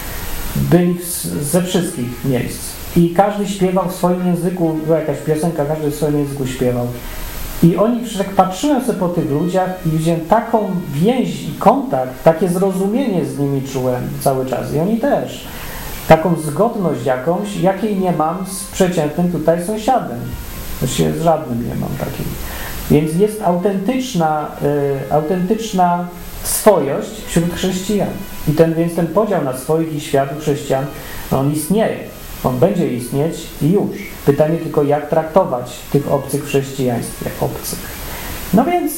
Byli ze wszystkich miejsc. I każdy śpiewał w swoim języku, była jakaś piosenka, każdy w swoim języku śpiewał. I oni, tak patrzyłem sobie po tych ludziach i widziałem taką więź i kontakt, takie zrozumienie z nimi czułem cały czas. I oni też. Taką zgodność jakąś, jakiej nie mam z przeciętnym tutaj sąsiadem. Właściwie z żadnym nie mam takiej. Więc jest autentyczna, y, autentyczna swojość wśród chrześcijan. I ten, więc ten podział na swoich i światu chrześcijan, no on istnieje. On będzie istnieć i już. Pytanie tylko, jak traktować tych obcych w chrześcijaństwie. Obcych. No więc,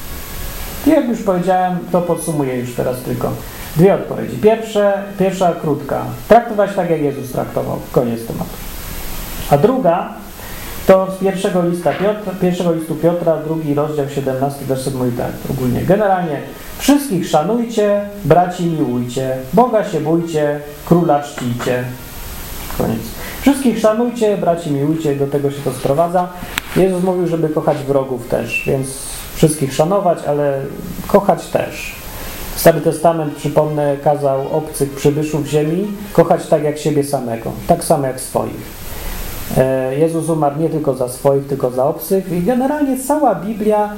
jak już powiedziałem, to podsumuję już teraz tylko. Dwie odpowiedzi. Pierwsze, pierwsza krótka. Traktować tak, jak Jezus traktował. Koniec tematu. A druga, to z pierwszego, lista Piotra, pierwszego listu Piotra, drugi rozdział, siedemnasty werset mówi tak ogólnie. Generalnie wszystkich szanujcie, braci miłujcie, Boga się bójcie, króla czcijcie. Koniec. Wszystkich szanujcie, braci miłujcie, do tego się to sprowadza. Jezus mówił, żeby kochać wrogów też, więc wszystkich szanować, ale kochać też. Stary Testament, przypomnę, kazał obcych przybyszów ziemi kochać tak jak siebie samego, tak samo jak swoich. Jezus umarł nie tylko za swoich, tylko za obcych i generalnie cała Biblia,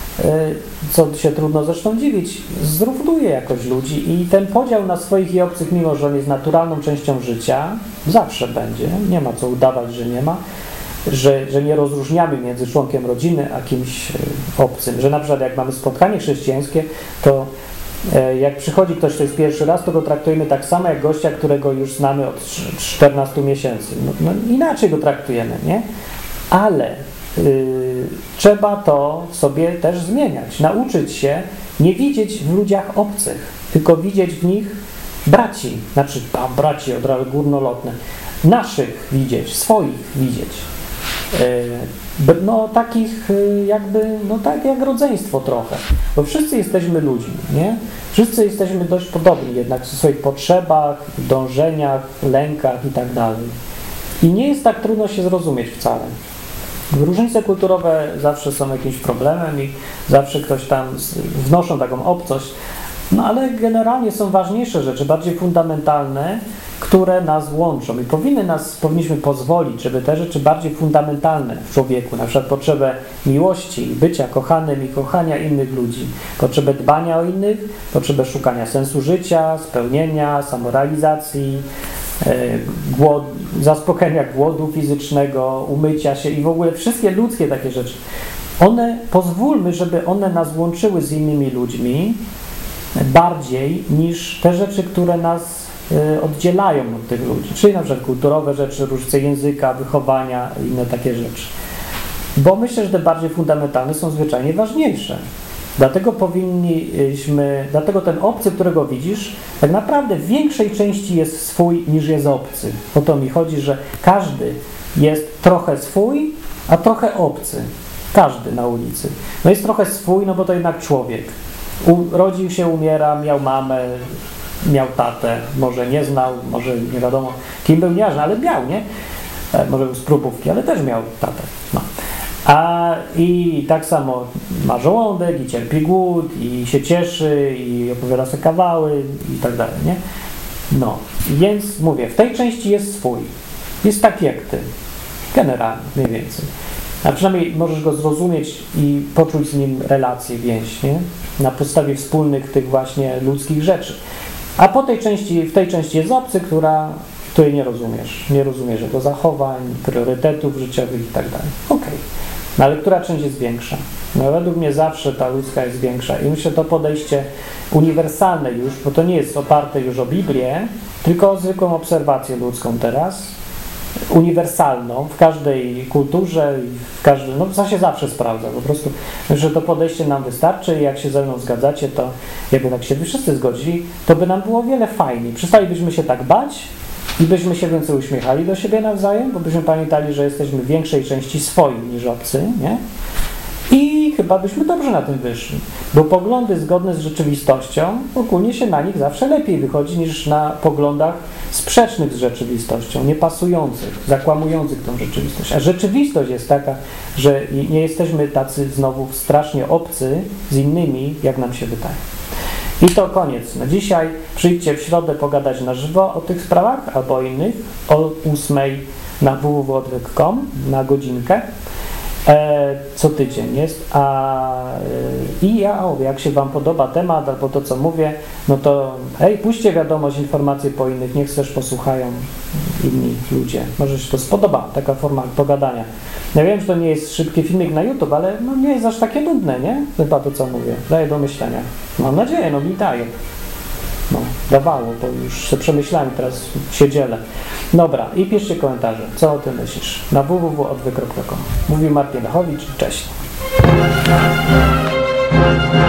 co się trudno zresztą dziwić, zrównuje jakoś ludzi i ten podział na swoich i obcych, mimo że on jest naturalną częścią życia, zawsze będzie, nie ma co udawać, że nie ma, że, że nie rozróżniamy między członkiem rodziny a kimś obcym, że na przykład jak mamy spotkanie chrześcijańskie, to jak przychodzi ktoś, kto jest pierwszy raz, to go traktujemy tak samo jak gościa, którego już znamy od czternastu miesięcy. No, no inaczej go traktujemy, nie? Ale yy, trzeba to sobie też zmieniać. Nauczyć się nie widzieć w ludziach obcych, tylko widzieć w nich braci. Znaczy, a, braci od razu górnolotne. Naszych widzieć, swoich widzieć. Yy, no takich yy, jakby, no tak jak rodzeństwo trochę. Bo wszyscy jesteśmy ludźmi, nie? Wszyscy jesteśmy dość podobni jednak w swoich potrzebach, dążeniach, lękach i tak dalej. I nie jest tak trudno się zrozumieć wcale. Różnice kulturowe zawsze są jakimś problemem i zawsze ktoś tam wnoszą taką obcość, no ale generalnie są ważniejsze rzeczy, bardziej fundamentalne, które nas łączą i powinny nas, powinniśmy pozwolić, żeby te rzeczy bardziej fundamentalne w człowieku, na przykład potrzebę miłości, bycia kochanym i kochania innych ludzi, potrzebę dbania o innych, potrzebę szukania sensu życia, spełnienia, samorealizacji, głod, zaspokojenia głodu fizycznego, umycia się i w ogóle wszystkie ludzkie takie rzeczy. One, pozwólmy, żeby one nas łączyły z innymi ludźmi bardziej niż te rzeczy, które nas y, oddzielają od tych ludzi, czyli na przykład kulturowe rzeczy, różnice języka, wychowania i inne takie rzeczy. Bo myślę, że te bardziej fundamentalne są zwyczajnie ważniejsze. Dlatego powinniśmy, dlatego ten obcy, którego widzisz, tak naprawdę w większej części jest swój niż jest obcy. O to mi chodzi, że każdy jest trochę swój, a trochę obcy. Każdy na ulicy. No jest trochę swój, no bo to jednak człowiek. Urodził się, umiera, miał mamę, miał tatę, może nie znał, może nie wiadomo kim był, nieważne, ale miał, nie? Może był z próbówki, ale też miał tatę. No. A i tak samo ma żołądek i cierpi głód i się cieszy i opowiada sobie kawały i tak dalej, nie? No, więc mówię, w tej części jest swój. Jest tak jak ty. Generalnie, mniej więcej. A przynajmniej możesz go zrozumieć i poczuć z nim relację, więź, nie? Na podstawie wspólnych tych właśnie ludzkich rzeczy. A po tej części, w tej części jest obcy, która, której nie rozumiesz. Nie rozumiesz jego zachowań, priorytetów życiowych i tak dalej. Okej. Okay. No ale która część jest większa? No według mnie zawsze ta ludzka jest większa. I myślę, to podejście uniwersalne już, bo to nie jest oparte już o Biblię, tylko o zwykłą obserwację ludzką teraz, uniwersalną w każdej kulturze i w każdym, no to się zawsze sprawdza, po prostu, że to podejście nam wystarczy i jak się ze mną zgadzacie, to jakby tak się wszyscy zgodzili, to by nam było o wiele fajniej. Przestalibyśmy się tak bać i byśmy się więcej uśmiechali do siebie nawzajem, bo byśmy pamiętali, że jesteśmy w większej części swoi niż obcy, nie? I chyba byśmy dobrze na tym wyszli, bo poglądy zgodne z rzeczywistością, ogólnie się na nich zawsze lepiej wychodzi niż na poglądach sprzecznych z rzeczywistością, niepasujących, zakłamujących tą rzeczywistość. A rzeczywistość jest taka, że nie jesteśmy tacy znowu strasznie obcy z innymi, jak nam się wydaje. I to koniec. Na dzisiaj przyjdźcie w środę pogadać na żywo o tych sprawach albo o innych, o ósmej na w w w kropka odwyk kropka com na godzinkę. E, co tydzień jest, a e, i ja mówię, jak się wam podoba temat albo to, co mówię, no to hej, puśćcie wiadomość, informacje po innych, niech też posłuchają inni ludzie. Może się to spodoba, taka forma pogadania. Ja wiem, że to nie jest szybki filmik na YouTube, ale no nie jest aż takie nudne, nie? Chyba to, co mówię. Daje do myślenia. Mam nadzieję, no mi daje. No, dawało, bo już sobie przemyślałem, teraz się dzielę. Dobra, i piszcie komentarze, co o tym myślisz, na w w w kropka odwyk kropka com. Mówił Martin Lechowicz, cześć.